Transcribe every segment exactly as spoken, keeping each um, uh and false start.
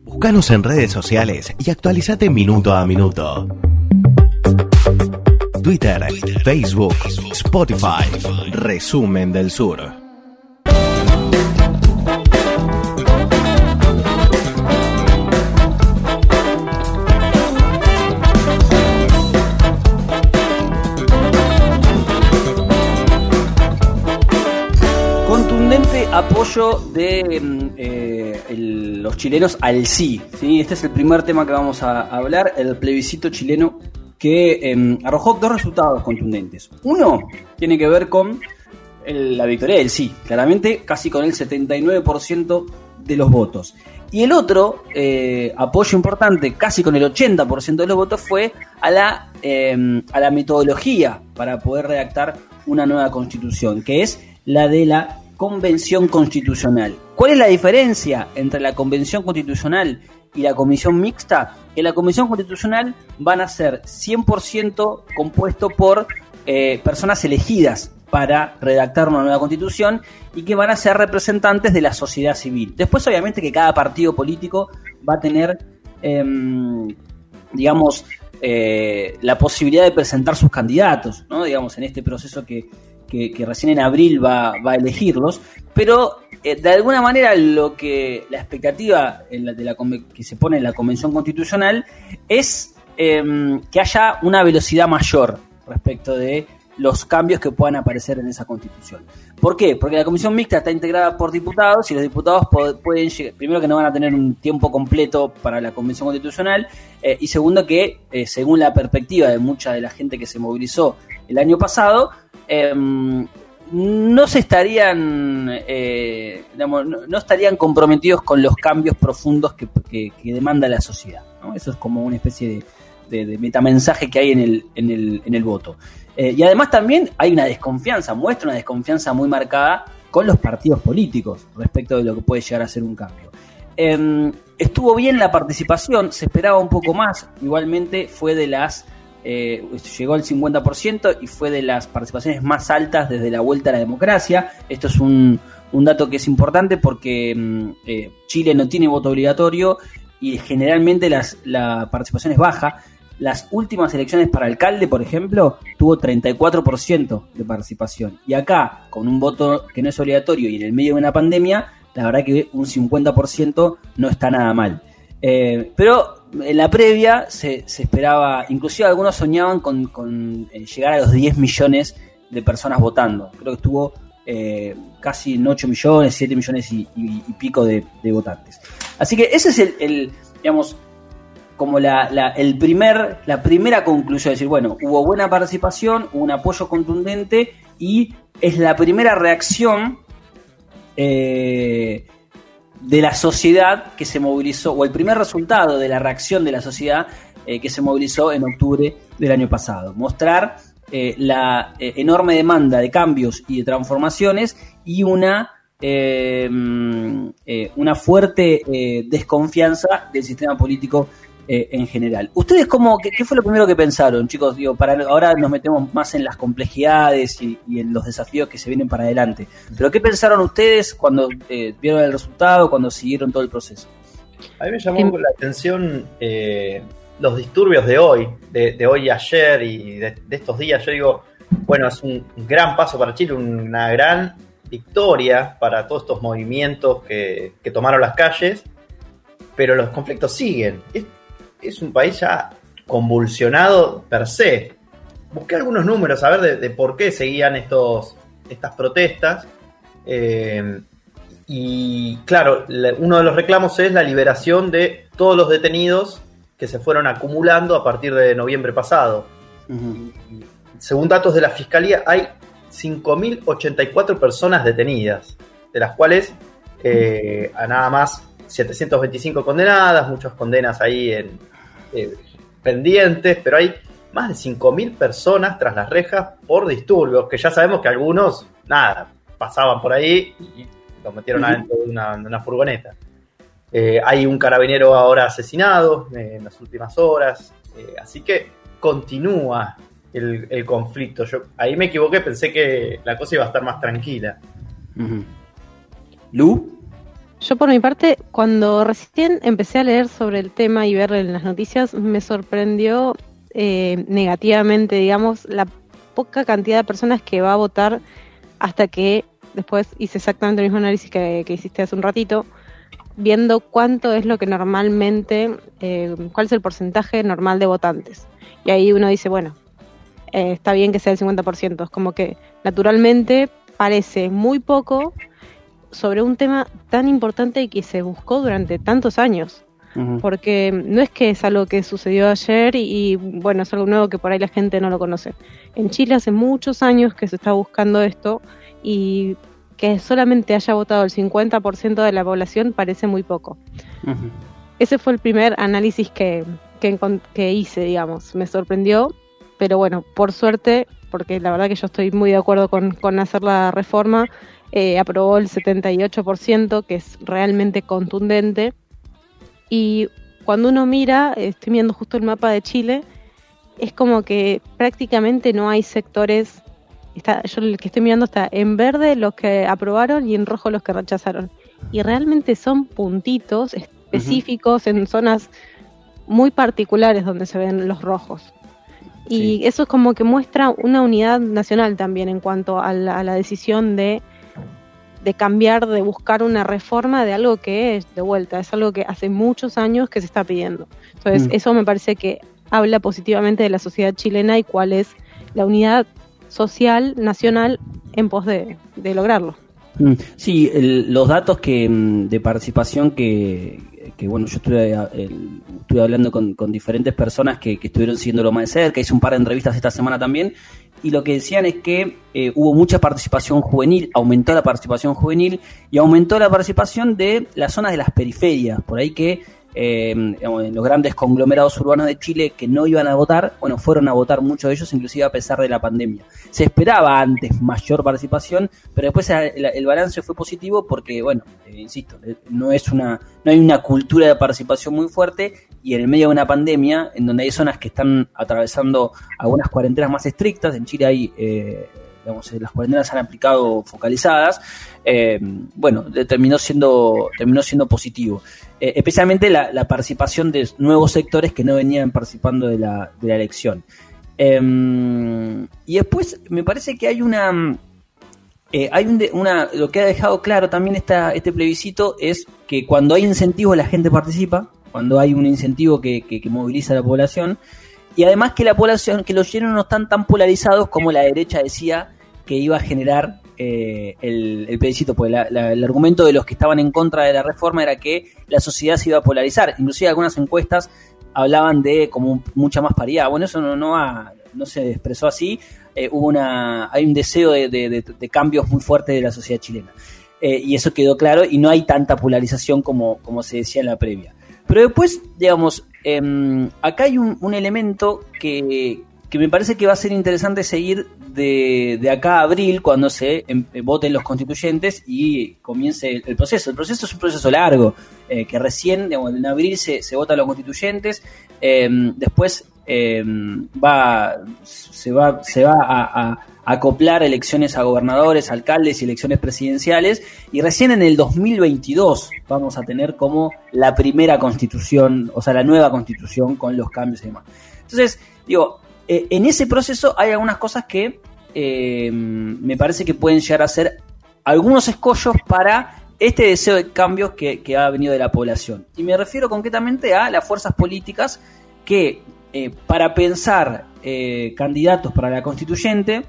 Búscanos en redes sociales y actualizate minuto a minuto. Twitter, Twitter Facebook, Facebook, Spotify, Spotify, Resumen del Sur. Contundente apoyo de eh, el, los chilenos al sí, ¿sí? Este es el primer tema que vamos a hablar, el plebiscito chileno que eh, arrojó dos resultados contundentes. Uno tiene que ver con el, la victoria del sí, claramente casi con el setenta y nueve por ciento de los votos. Y el otro eh, apoyo importante, casi con el ochenta por ciento de los votos, fue a la, eh, a la metodología para poder redactar una nueva constitución, que es la de la Convención Constitucional. ¿Cuál es la diferencia entre la Convención Constitucional y la Comisión Mixta? Que la Comisión Constitucional van a ser cien por ciento compuesto por eh, personas elegidas para redactar una nueva constitución y que van a ser representantes de la sociedad civil. Después, obviamente, que cada partido político va a tener, eh, digamos, eh, la posibilidad de presentar sus candidatos, ¿no? Digamos, en este proceso que Que, que recién en abril va, va a elegirlos, pero eh, de alguna manera lo que la expectativa en la, de la, que se pone en la Convención Constitucional es eh, que haya una velocidad mayor respecto de los cambios que puedan aparecer en esa Constitución. ¿Por qué? Porque la Comisión Mixta está integrada por diputados y los diputados pueden llegar, primero que no van a tener un tiempo completo para la Convención Constitucional eh, y segundo que eh, según la perspectiva de mucha de la gente que se movilizó el año pasado, Eh, no se estarían eh, digamos, no, no estarían comprometidos con los cambios profundos que, que, que demanda la sociedad, ¿no? Eso es como una especie de, de, de metamensaje que hay en el, en el, en el voto. Eh, y además también hay una desconfianza, muestra una desconfianza muy marcada con los partidos políticos respecto de lo que puede llegar a ser un cambio. Eh, estuvo bien la participación, se esperaba un poco más, igualmente fue de las Eh, llegó al cincuenta por ciento y fue de las participaciones más altas desde la vuelta a la democracia. Esto es un, un dato que es importante porque eh, Chile no tiene voto obligatorio y generalmente las, la participación es baja. Las últimas elecciones para alcalde, por ejemplo, tuvo treinta y cuatro por ciento de participación. Y acá, con un voto que no es obligatorio y en el medio de una pandemia, la verdad que un cincuenta por ciento no está nada mal. Eh, pero en la previa se, se esperaba, inclusive algunos soñaban con, con eh, llegar a los diez millones de personas votando. Creo que estuvo eh, casi en ocho millones, siete millones y, y, y pico de, de votantes. Así que ese es el, el digamos, como la, la, el primer, la primera conclusión, es decir, bueno, hubo buena participación, hubo un apoyo contundente y es la primera reacción eh, de la sociedad que se movilizó, o el primer resultado de la reacción de la sociedad eh, que se movilizó en octubre del año pasado. Mostrar eh, la eh, enorme demanda de cambios y de transformaciones y una, eh, eh, una fuerte eh, desconfianza del sistema político eh, en general. ¿Ustedes cómo, qué, qué fue lo primero que pensaron, chicos? Digo, para, ahora nos metemos más en las complejidades y, y en los desafíos que se vienen para adelante. Pero ¿qué pensaron ustedes cuando eh, vieron el resultado, cuando siguieron todo el proceso? A mí me llamó eh, la atención eh, los disturbios de hoy, de, de hoy y ayer y de, de estos días. Yo digo, bueno, es un gran paso para Chile, una gran victoria para todos estos movimientos que, que tomaron las calles, pero los conflictos siguen. Es, es un país ya convulsionado per se. Busqué algunos números a ver de, de por qué seguían estos, estas protestas. Eh, y claro, uno de los reclamos es la liberación de todos los detenidos que se fueron acumulando a partir de noviembre pasado. Uh-huh. Y, según datos de la Fiscalía, hay cinco mil ochenta y cuatro personas detenidas, de las cuales eh, a nada más setecientas veinticinco condenadas, muchas condenas ahí en, eh, pendientes, pero hay más de cinco mil personas tras las rejas por disturbios, que ya sabemos que algunos, nada, pasaban por ahí y los metieron uh-huh. adentro de una, de una furgoneta. Eh, hay un carabinero ahora asesinado eh, en las últimas horas, eh, así que continúa el, el conflicto. Yo ahí me equivoqué, pensé que la cosa iba a estar más tranquila. Uh-huh. ¿Lu? Yo por mi parte, cuando recién empecé a leer sobre el tema y ver en las noticias, me sorprendió eh, negativamente, digamos, la poca cantidad de personas que va a votar, hasta que después hice exactamente el mismo análisis que, que hiciste hace un ratito, viendo cuánto es lo que normalmente, eh, cuál es el porcentaje normal de votantes. Y ahí uno dice, bueno, eh, está bien que sea el cincuenta por ciento, es como que naturalmente parece muy poco sobre un tema tan importante y que se buscó durante tantos años. Uh-huh. Porque no es que es algo que sucedió ayer y, y bueno, es algo nuevo que por ahí la gente no lo conoce. En Chile hace muchos años que se está buscando esto, y que solamente haya votado el cincuenta por ciento de la población parece muy poco. Uh-huh. Ese fue el primer análisis que, que, que hice, digamos. Me sorprendió, pero bueno, por suerte, porque la verdad que yo estoy muy de acuerdo con, con hacer la reforma, eh, aprobó el setenta y ocho por ciento, que es realmente contundente. Y cuando uno mira, estoy viendo justo el mapa de Chile, es como que prácticamente no hay sectores. Está, yo el que estoy mirando está en verde los que aprobaron y en rojo los que rechazaron. Y realmente son puntitos específicos, uh-huh, en zonas muy particulares donde se ven los rojos. Y sí, eso es como que muestra una unidad nacional también en cuanto a la, a la decisión de, de cambiar, de buscar una reforma de algo que es de vuelta, es algo que hace muchos años que se está pidiendo. Entonces, uh-huh, eso me parece que habla positivamente de la sociedad chilena y cuál es la unidad social, nacional, en pos de, de lograrlo. Sí, el, los datos que de participación que, que bueno, yo estuve, el, estuve hablando con, con diferentes personas que, que estuvieron siguiéndolo más de cerca, hice un par de entrevistas esta semana también, y lo que decían es que eh, hubo mucha participación juvenil, aumentó la participación juvenil y aumentó la participación de las zonas de las periferias, por ahí que Eh, digamos, los grandes conglomerados urbanos de Chile que no iban a votar, bueno, fueron a votar muchos de ellos, inclusive a pesar de la pandemia. Se esperaba antes mayor participación, pero después el, el balance fue positivo porque, bueno, eh, insisto, no es una, no hay una cultura de participación muy fuerte, y en el medio de una pandemia, en donde hay zonas que están atravesando algunas cuarentenas más estrictas, en Chile hay eh, digamos, las cuarentenas se han aplicado focalizadas, eh, bueno, terminó siendo, terminó siendo positivo. Eh, especialmente la, la participación de nuevos sectores que no venían participando de la, de la elección. Eh, y después me parece que hay una... Eh, hay un de, una lo que ha dejado claro también esta, este plebiscito es que cuando hay incentivos la gente participa, cuando hay un incentivo que, que, que moviliza a la población, y además que la población, que los chilenos no están tan polarizados como la derecha decía que iba a generar eh, el, el plebiscito, porque la, la, el argumento de los que estaban en contra de la reforma era que la sociedad se iba a polarizar. Inclusive algunas encuestas hablaban de como mucha más paridad. Bueno, eso no, no, ha, no se expresó así. Eh, hubo una, hay un deseo de, de, de, de cambios muy fuertes de la sociedad chilena. Eh, y eso quedó claro, y no hay tanta polarización como, como se decía en la previa. Pero después, digamos, eh, acá hay un, un elemento que, que me parece que va a ser interesante seguir de, de acá a abril, cuando se eh, voten los constituyentes y comience el, el proceso. El proceso es un proceso largo, eh, que recién, digamos, en abril se, se votan los constituyentes, eh, después eh, va, se va, se va a, a acoplar elecciones a gobernadores, alcaldes y elecciones presidenciales, y recién en el dos mil veintidós vamos a tener como la primera constitución, o sea, la nueva constitución con los cambios y demás. Entonces, digo, eh, en ese proceso hay algunas cosas que eh, me parece que pueden llegar a ser algunos escollos para este deseo de cambios que, que ha venido de la población. Y me refiero concretamente a las fuerzas políticas que, eh, para pensar eh, candidatos para la constituyente,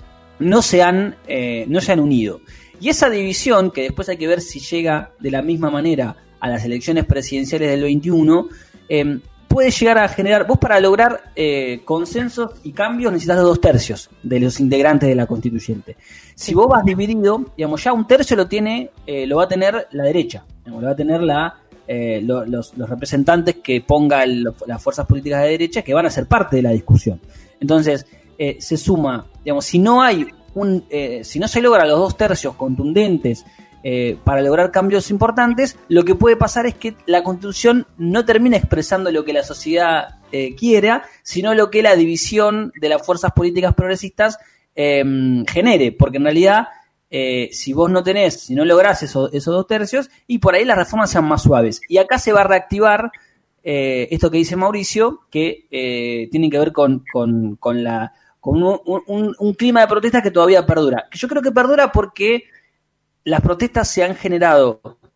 no se han eh, no se han unido. Y esa división, que después hay que ver si llega de la misma manera a las elecciones presidenciales del veintiuno, eh, puede llegar a generar... Vos, para lograr eh, consensos y cambios, necesitas los dos tercios de los integrantes de la constituyente. Si vos vas dividido, digamos, ya un tercio lo tiene eh, lo va a tener la derecha, digamos, lo va a tener la eh, lo, los, los representantes que pongan las fuerzas políticas de derecha, que van a ser parte de la discusión. Entonces, Eh, se suma, digamos, si no hay un, eh, si no se logra los dos tercios contundentes eh, para lograr cambios importantes, lo que puede pasar es que la Constitución no termina expresando lo que la sociedad eh, quiera, sino lo que la división de las fuerzas políticas progresistas eh, genere, porque en realidad eh, si vos no tenés, si no lográs eso, esos dos tercios, y por ahí las reformas sean más suaves. Y acá se va a reactivar eh, esto que dice Mauricio, que eh, tiene que ver con, con, con, la, con un, un, un clima de protestas que todavía perdura. Yo creo que perdura porque las protestas se han generado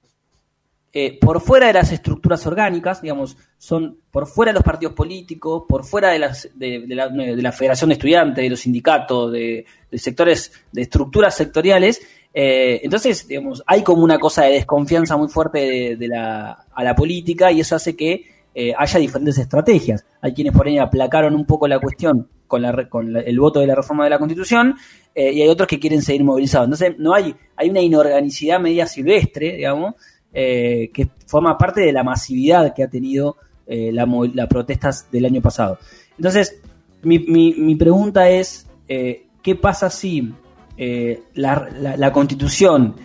Eh, por fuera de las estructuras orgánicas, digamos, son por fuera de los partidos políticos, por fuera de, las, de, de, la, de la Federación de Estudiantes, de los sindicatos, de, de sectores, de estructuras sectoriales. Eh, entonces, digamos, hay como una cosa de desconfianza muy fuerte de, de la, a la política, y eso hace que eh, haya diferentes estrategias. Hay quienes por ahí aplacaron un poco la cuestión con, la, con la, el voto de la reforma de la Constitución, eh, y hay otros que quieren seguir movilizados. Entonces, no hay, hay una inorganicidad media silvestre, digamos, Eh, que forma parte de la masividad que ha tenido eh, las la protestas del año pasado. Entonces, mi, mi, mi pregunta es, eh, ¿qué pasa si eh, la, la, la constitución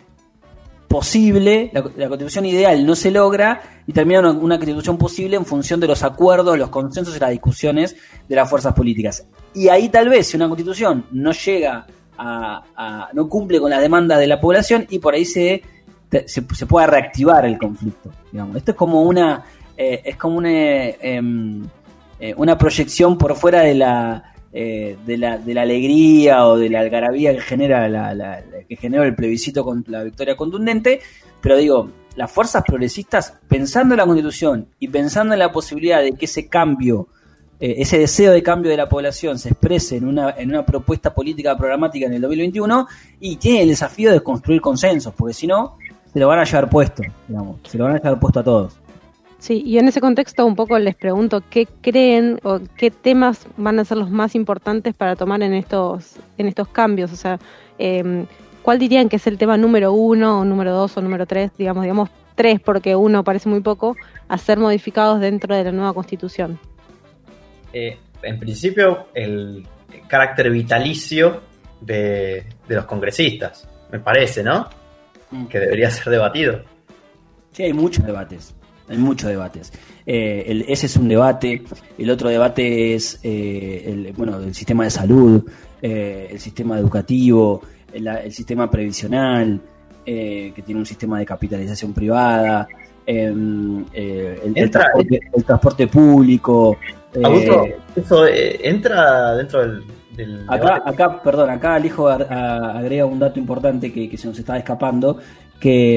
posible, la, la constitución ideal no se logra y termina una, una constitución posible en función de los acuerdos, los consensos y las discusiones de las fuerzas políticas? Y ahí tal vez, si una constitución no llega a, a no cumple con las demandas de la población, y por ahí se Se, se pueda reactivar el conflicto, digamos. Esto es como una eh, es como una eh, eh, una proyección por fuera de la, eh, de la de la alegría o de la algarabía que genera la, la, la que genera el plebiscito con la victoria contundente, pero digo, las fuerzas progresistas, pensando en la Constitución y pensando en la posibilidad de que ese cambio, eh, ese deseo de cambio de la población se exprese en una en una propuesta política programática en el dos mil veintiuno, y tiene el desafío de construir consensos, porque si no se lo van a llevar puesto, digamos, se lo van a llevar puesto a todos. Sí, y en ese contexto un poco les pregunto qué creen o qué temas van a ser los más importantes para tomar en estos en estos cambios, o sea, eh, ¿cuál dirían que es el tema número uno, o número dos, o número tres, digamos, digamos tres, porque uno parece muy poco, a ser modificados dentro de la nueva Constitución? Eh, en principio, el carácter vitalicio de, de los congresistas, me parece, ¿no? Que debería ser debatido. Sí, hay muchos debates, hay muchos debates. Eh, el, ese es un debate. El otro debate es eh, el, bueno, el sistema de salud, eh, el sistema educativo, el, el sistema previsional, eh, que tiene un sistema de capitalización privada, eh, eh, el, el, transporte, el transporte público. Augusto, eh, eso eh, entra dentro del... Acá, acá, perdón, acá Alejo agrega un dato importante que, que se nos estaba escapando, que,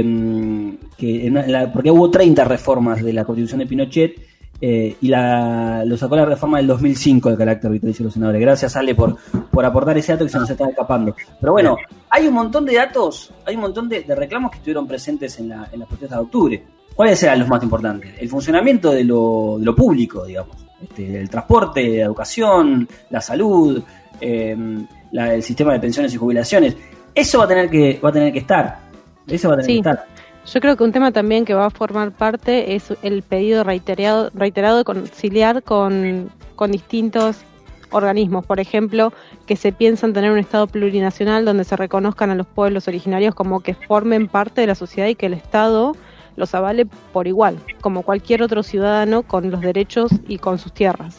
que en la, porque hubo treinta reformas de la Constitución de Pinochet, eh, y la, lo sacó la reforma del dos mil cinco de carácter vitalicio de los senadores. Gracias, Ale, por, por aportar ese dato que se nos estaba escapando. Pero bueno, hay un montón de datos, hay un montón de, de reclamos que estuvieron presentes en la, en las protestas de octubre. ¿Cuáles eran los más importantes? El funcionamiento de lo, de lo público, digamos, este, el transporte, la educación, la salud, Eh, la, el sistema de pensiones y jubilaciones. Eso va a tener que va a tener que estar. Eso va a tener sí. que estar. Yo creo que un tema también que va a formar parte es el pedido reiterado reiterado de conciliar con, con distintos organismos. Por ejemplo, que se piensan tener un Estado plurinacional donde se reconozcan a los pueblos originarios como que formen parte de la sociedad y que el Estado los avale por igual, como cualquier otro ciudadano, con los derechos y con sus tierras.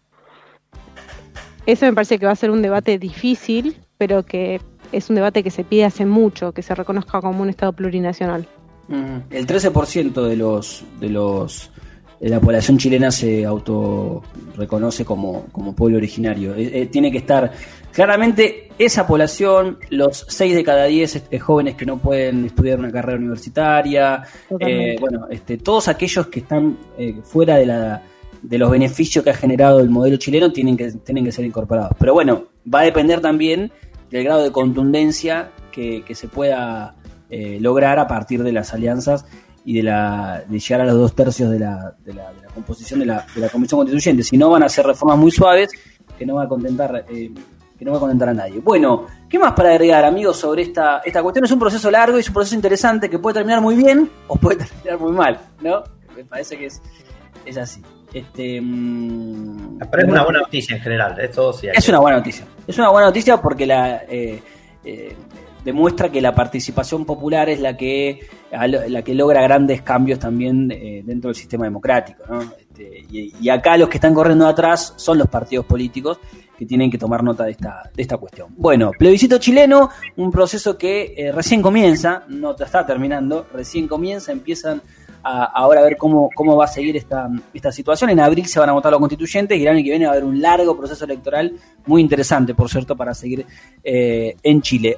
Eso me parece que va a ser un debate difícil, pero que es un debate que se pide hace mucho, que se reconozca como un Estado plurinacional. El trece por ciento de los de los de la población chilena se auto reconoce como, como pueblo originario. Eh, eh, tiene que estar claramente esa población, los seis de cada diez eh, jóvenes que no pueden estudiar una carrera universitaria, eh, bueno, este, todos aquellos que están eh, fuera de la de los beneficios que ha generado el modelo chileno tienen que, tienen que ser incorporados. Pero bueno, va a depender también del grado de contundencia que, que se pueda eh, lograr a partir de las alianzas y de la de llegar a los dos tercios de la, de la, de la composición de la, de la Convención Constituyente. Si no, van a ser reformas muy suaves que no va a contentar eh, que no va a contentar a nadie. Bueno, ¿qué más para agregar, amigos, sobre esta, esta cuestión? Es un proceso largo y es un proceso interesante que puede terminar muy bien o puede terminar muy mal, ¿no? Me parece que es, es así. Este, mmm, Pero es una buena noticia en general. Esto sí hay es que... una buena noticia. Es una buena noticia porque la eh, eh, demuestra que la participación popular es la que la que logra grandes cambios también eh, dentro del sistema democrático, ¿no? Este, y, y acá los que están corriendo atrás son los partidos políticos que tienen que tomar nota de esta, de esta cuestión. Bueno, plebiscito chileno, un proceso que eh, recién comienza, no está terminando, recién comienza, empiezan a, ahora a ver cómo, cómo va a seguir esta, esta situación. En abril se van a votar los constituyentes y el año que viene va a haber un largo proceso electoral muy interesante, por cierto, para seguir eh, en Chile.